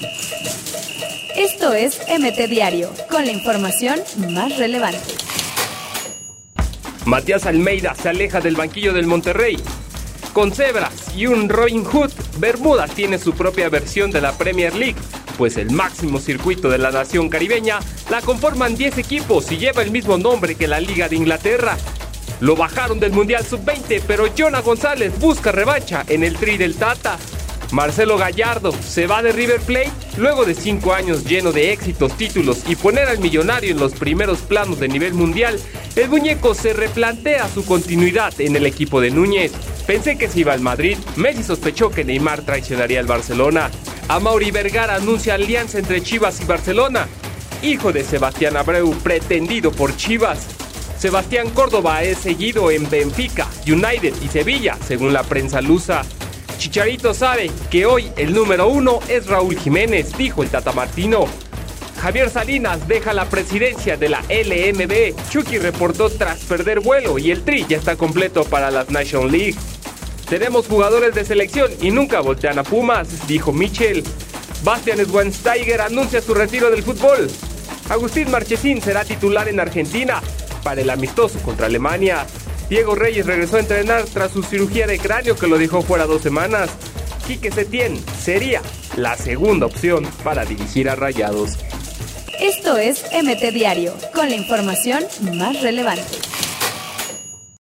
Esto es MT Diario, con la información más relevante. Matías Almeida se aleja del banquillo del Monterrey. Con cebras y un Robin Hood, Bermudas tiene su propia versión de la Premier League, pues el máximo circuito de la nación caribeña la conforman 10 equipos y lleva el mismo nombre que la Liga de Inglaterra. Lo bajaron del Mundial Sub-20, pero Jonah González busca revancha en el Tri del Tata. Marcelo Gallardo se va de River Plate luego de 5 años lleno de éxitos, títulos y poner al millonario en los primeros planos de nivel mundial. El muñeco se replantea su continuidad en el equipo de Núñez. Pensé que se iba al Madrid. Messi sospechó que Neymar traicionaría al Barcelona. Amaury Vergara anuncia alianza entre Chivas y Barcelona. Hijo de Sebastián Abreu, pretendido por Chivas. Sebastián Córdoba es seguido en Benfica, United y Sevilla, según la prensa lusa. Chicharito sabe que hoy el número 1 es Raúl Jiménez, dijo el Tata Martino. Javier Salinas deja la presidencia de la LMB. Chucky reportó tras perder vuelo y el Tri ya está completo para las National League. Tenemos jugadores de selección y nunca voltean a Pumas, dijo Michel. Bastian Schweinsteiger anuncia su retiro del fútbol. Agustín Marchesín será titular en Argentina para el amistoso contra Alemania. Diego Reyes regresó a entrenar tras su cirugía de cráneo que lo dejó fuera 2 semanas. Quique Setién sería la segunda opción para dirigir a Rayados. Esto es MT Diario, con la información más relevante.